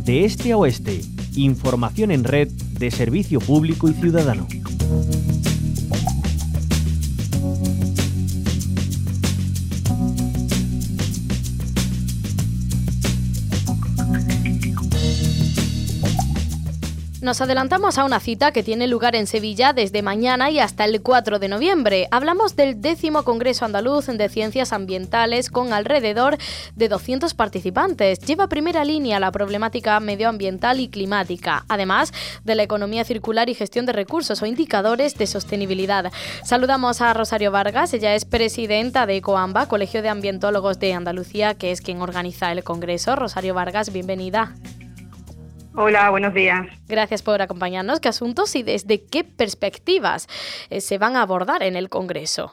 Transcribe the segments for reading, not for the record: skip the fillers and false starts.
De este a oeste, información en red de servicio público y ciudadano. Nos adelantamos a una cita que tiene lugar en Sevilla desde mañana y hasta el 4 de noviembre. Hablamos del 10º Congreso Andaluz de Ciencias Ambientales con alrededor de 200 participantes. Lleva primera línea la problemática medioambiental y climática, además de la economía circular y gestión de recursos o indicadores de sostenibilidad. Saludamos a Rosario Vargas, ella es presidenta de ECOAMBA, Colegio de Ambientólogos de Andalucía, que es quien organiza el Congreso. Rosario Vargas, bienvenida. Hola, buenos días. Gracias por acompañarnos. ¿Qué asuntos y desde qué perspectivas se van a abordar en el Congreso?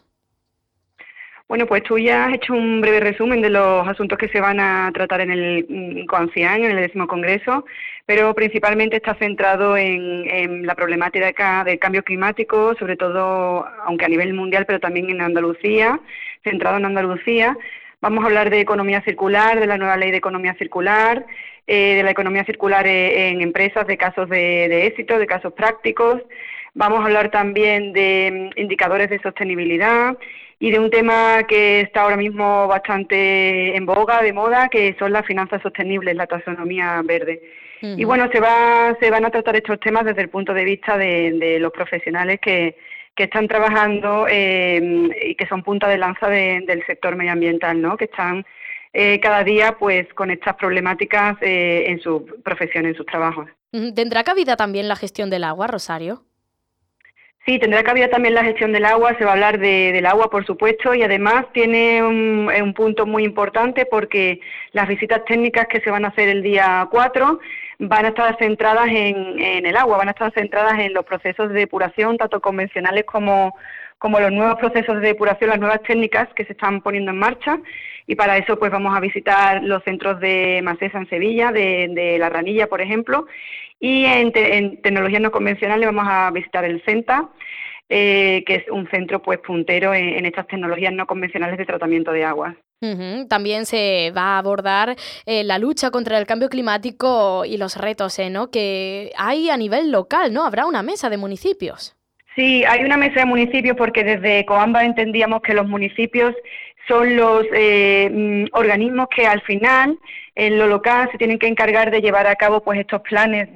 Bueno, pues tú ya has hecho un breve resumen de los asuntos que se van a tratar en el COAMCIAN, en el 10º Congreso, pero principalmente está centrado en la problemática del cambio climático, sobre todo, aunque a nivel mundial, pero también en Andalucía, centrado en Andalucía. Vamos a hablar de economía circular, de la nueva ley de economía circular, de la economía circular en empresas, de casos de éxito, de casos prácticos. Vamos a hablar también de indicadores de sostenibilidad y de un tema que está ahora mismo bastante en boga, de moda, que son las finanzas sostenibles, la taxonomía verde. Y bueno, se van a tratar estos temas desde el punto de vista de los profesionales que están trabajando y que son punta de lanza del sector medioambiental, ¿no? Que están cada día pues con estas problemáticas en su profesión, en sus trabajos. ¿Tendrá cabida también la gestión del agua, Rosario? Sí, tendrá cabida también la gestión del agua, se va a hablar del agua, por supuesto, y además tiene un punto muy importante porque las visitas técnicas que se van a hacer el día 4 van a estar centradas en el agua, van a estar centradas en los procesos de depuración, tanto convencionales como los nuevos procesos de depuración, las nuevas técnicas que se están poniendo en marcha, y para eso pues vamos a visitar los centros de Masesa en Sevilla, de La Ranilla, por ejemplo, y en tecnologías no convencionales vamos a visitar el CENTA, que es un centro pues puntero en estas tecnologías no convencionales de tratamiento de aguas. También se va a abordar la lucha contra el cambio climático y los retos ¿no? que hay a nivel local, ¿no? Habrá una mesa de municipios. Sí, hay una mesa de municipios porque desde ECOAMBA entendíamos que los municipios son los organismos que al final en lo local se tienen que encargar de llevar a cabo pues estos planes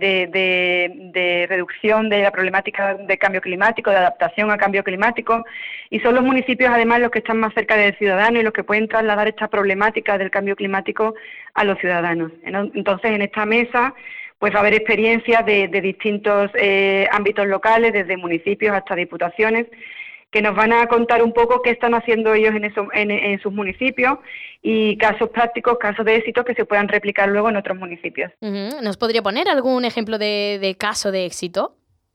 de reducción de la problemática de cambio climático, de adaptación a cambio climático, y son los municipios además los que están más cerca del ciudadano y los que pueden trasladar esta problemática del cambio climático a los ciudadanos. Entonces en esta mesa pues va a haber experiencias de distintos ámbitos locales, desde municipios hasta diputaciones, que nos van a contar un poco qué están haciendo ellos en sus municipios y casos prácticos, casos de éxito que se puedan replicar luego en otros municipios. ¿Nos podría poner algún ejemplo de caso de éxito?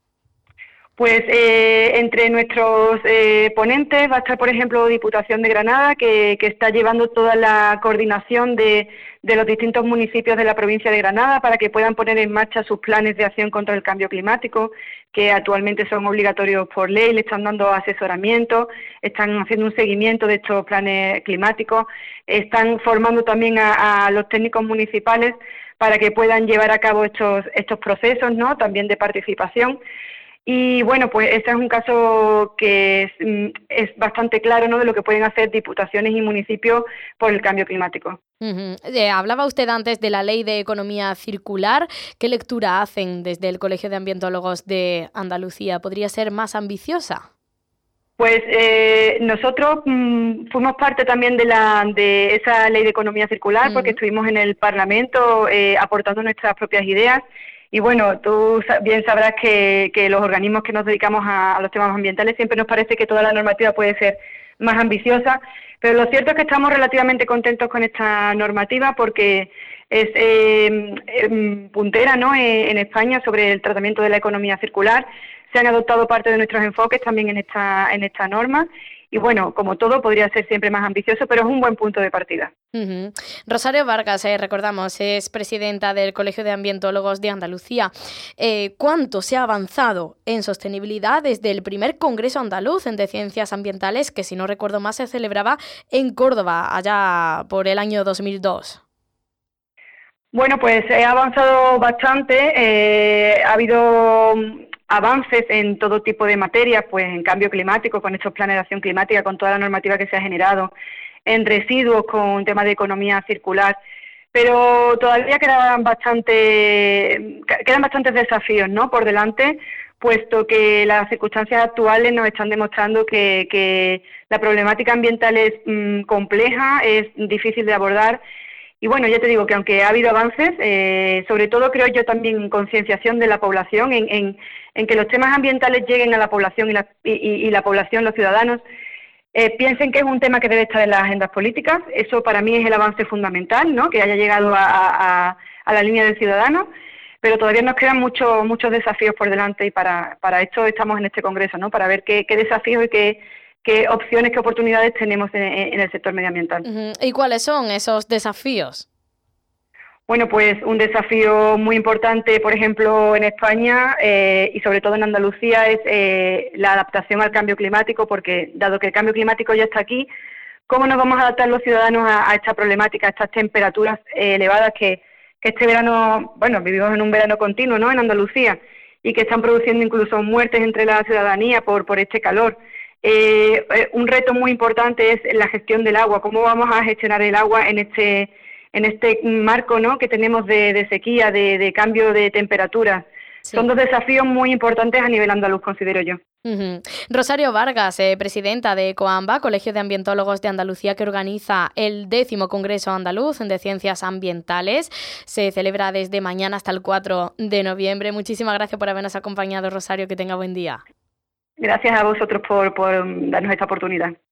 Pues entre nuestros ponentes va a estar, por ejemplo, Diputación de Granada, que está llevando toda la coordinación de los distintos municipios de la provincia de Granada para que puedan poner en marcha sus planes de acción contra el cambio climático, que actualmente son obligatorios por ley, le están dando asesoramiento, están haciendo un seguimiento de estos planes climáticos, están formando también a los técnicos municipales para que puedan llevar a cabo estos procesos, ¿no? También de participación. Y bueno, pues este es un caso que es bastante claro, ¿no?, de lo que pueden hacer diputaciones y municipios por el cambio climático. Hablaba usted antes de la Ley de Economía Circular. ¿Qué lectura hacen desde el Colegio de Ambientólogos de Andalucía? ¿Podría ser más ambiciosa? Pues nosotros fuimos parte también de esa Ley de Economía Circular porque estuvimos en el Parlamento aportando nuestras propias ideas. Y bueno, tú bien sabrás que los organismos que nos dedicamos a los temas ambientales siempre nos parece que toda la normativa puede ser más ambiciosa, pero lo cierto es que estamos relativamente contentos con esta normativa porque es puntera, ¿no?, en España sobre el tratamiento de la economía circular. Se han adoptado parte de nuestros enfoques también en esta norma. Y bueno, como todo, podría ser siempre más ambicioso, pero es un buen punto de partida. Rosario Vargas, recordamos, es presidenta del Colegio de Ambientólogos de Andalucía. ¿Cuánto se ha avanzado en sostenibilidad desde el primer Congreso Andaluz de Ciencias Ambientales, que si no recuerdo mal se celebraba en Córdoba, allá por el año 2002? Bueno, pues he avanzado bastante, ha habido avances en todo tipo de materias, pues en cambio climático, con estos planes de acción climática, con toda la normativa que se ha generado, en residuos, con temas de economía circular, pero todavía quedan bastantes desafíos, ¿no?, por delante, puesto que las circunstancias actuales nos están demostrando que la problemática ambiental es compleja, es difícil de abordar. Y bueno, ya te digo que aunque ha habido avances, sobre todo creo yo también en concienciación de la población, en que los temas ambientales lleguen a la población y la población, los ciudadanos, piensen que es un tema que debe estar en las agendas políticas. Eso para mí es el avance fundamental, ¿no?, que haya llegado a la línea del ciudadano, pero todavía nos quedan muchos desafíos por delante y para esto estamos en este congreso, ¿no?, para ver qué desafíos y qué opciones, qué oportunidades tenemos en el sector medioambiental. ¿Y cuáles son esos desafíos? Bueno, pues un desafío muy importante, por ejemplo, en España y sobre todo en Andalucía es la adaptación al cambio climático, porque dado que el cambio climático ya está aquí, ¿cómo nos vamos a adaptar los ciudadanos a esta problemática, a estas temperaturas elevadas que este verano, bueno, vivimos en un verano continuo, ¿no?, en Andalucía, y que están produciendo incluso muertes entre la ciudadanía por este calor? Un reto muy importante es la gestión del agua. ¿Cómo vamos a gestionar el agua en este marco, ¿no?, que tenemos de sequía, de cambio de temperatura? Sí. Son dos desafíos muy importantes a nivel andaluz, considero yo. Rosario Vargas, presidenta de COAMBA, Colegio de Ambientólogos de Andalucía, que organiza el 10º Congreso Andaluz de Ciencias Ambientales. Se celebra desde mañana hasta el 4 de noviembre. Muchísimas gracias por habernos acompañado, Rosario. Que tenga buen día. Gracias a vosotros por darnos esta oportunidad.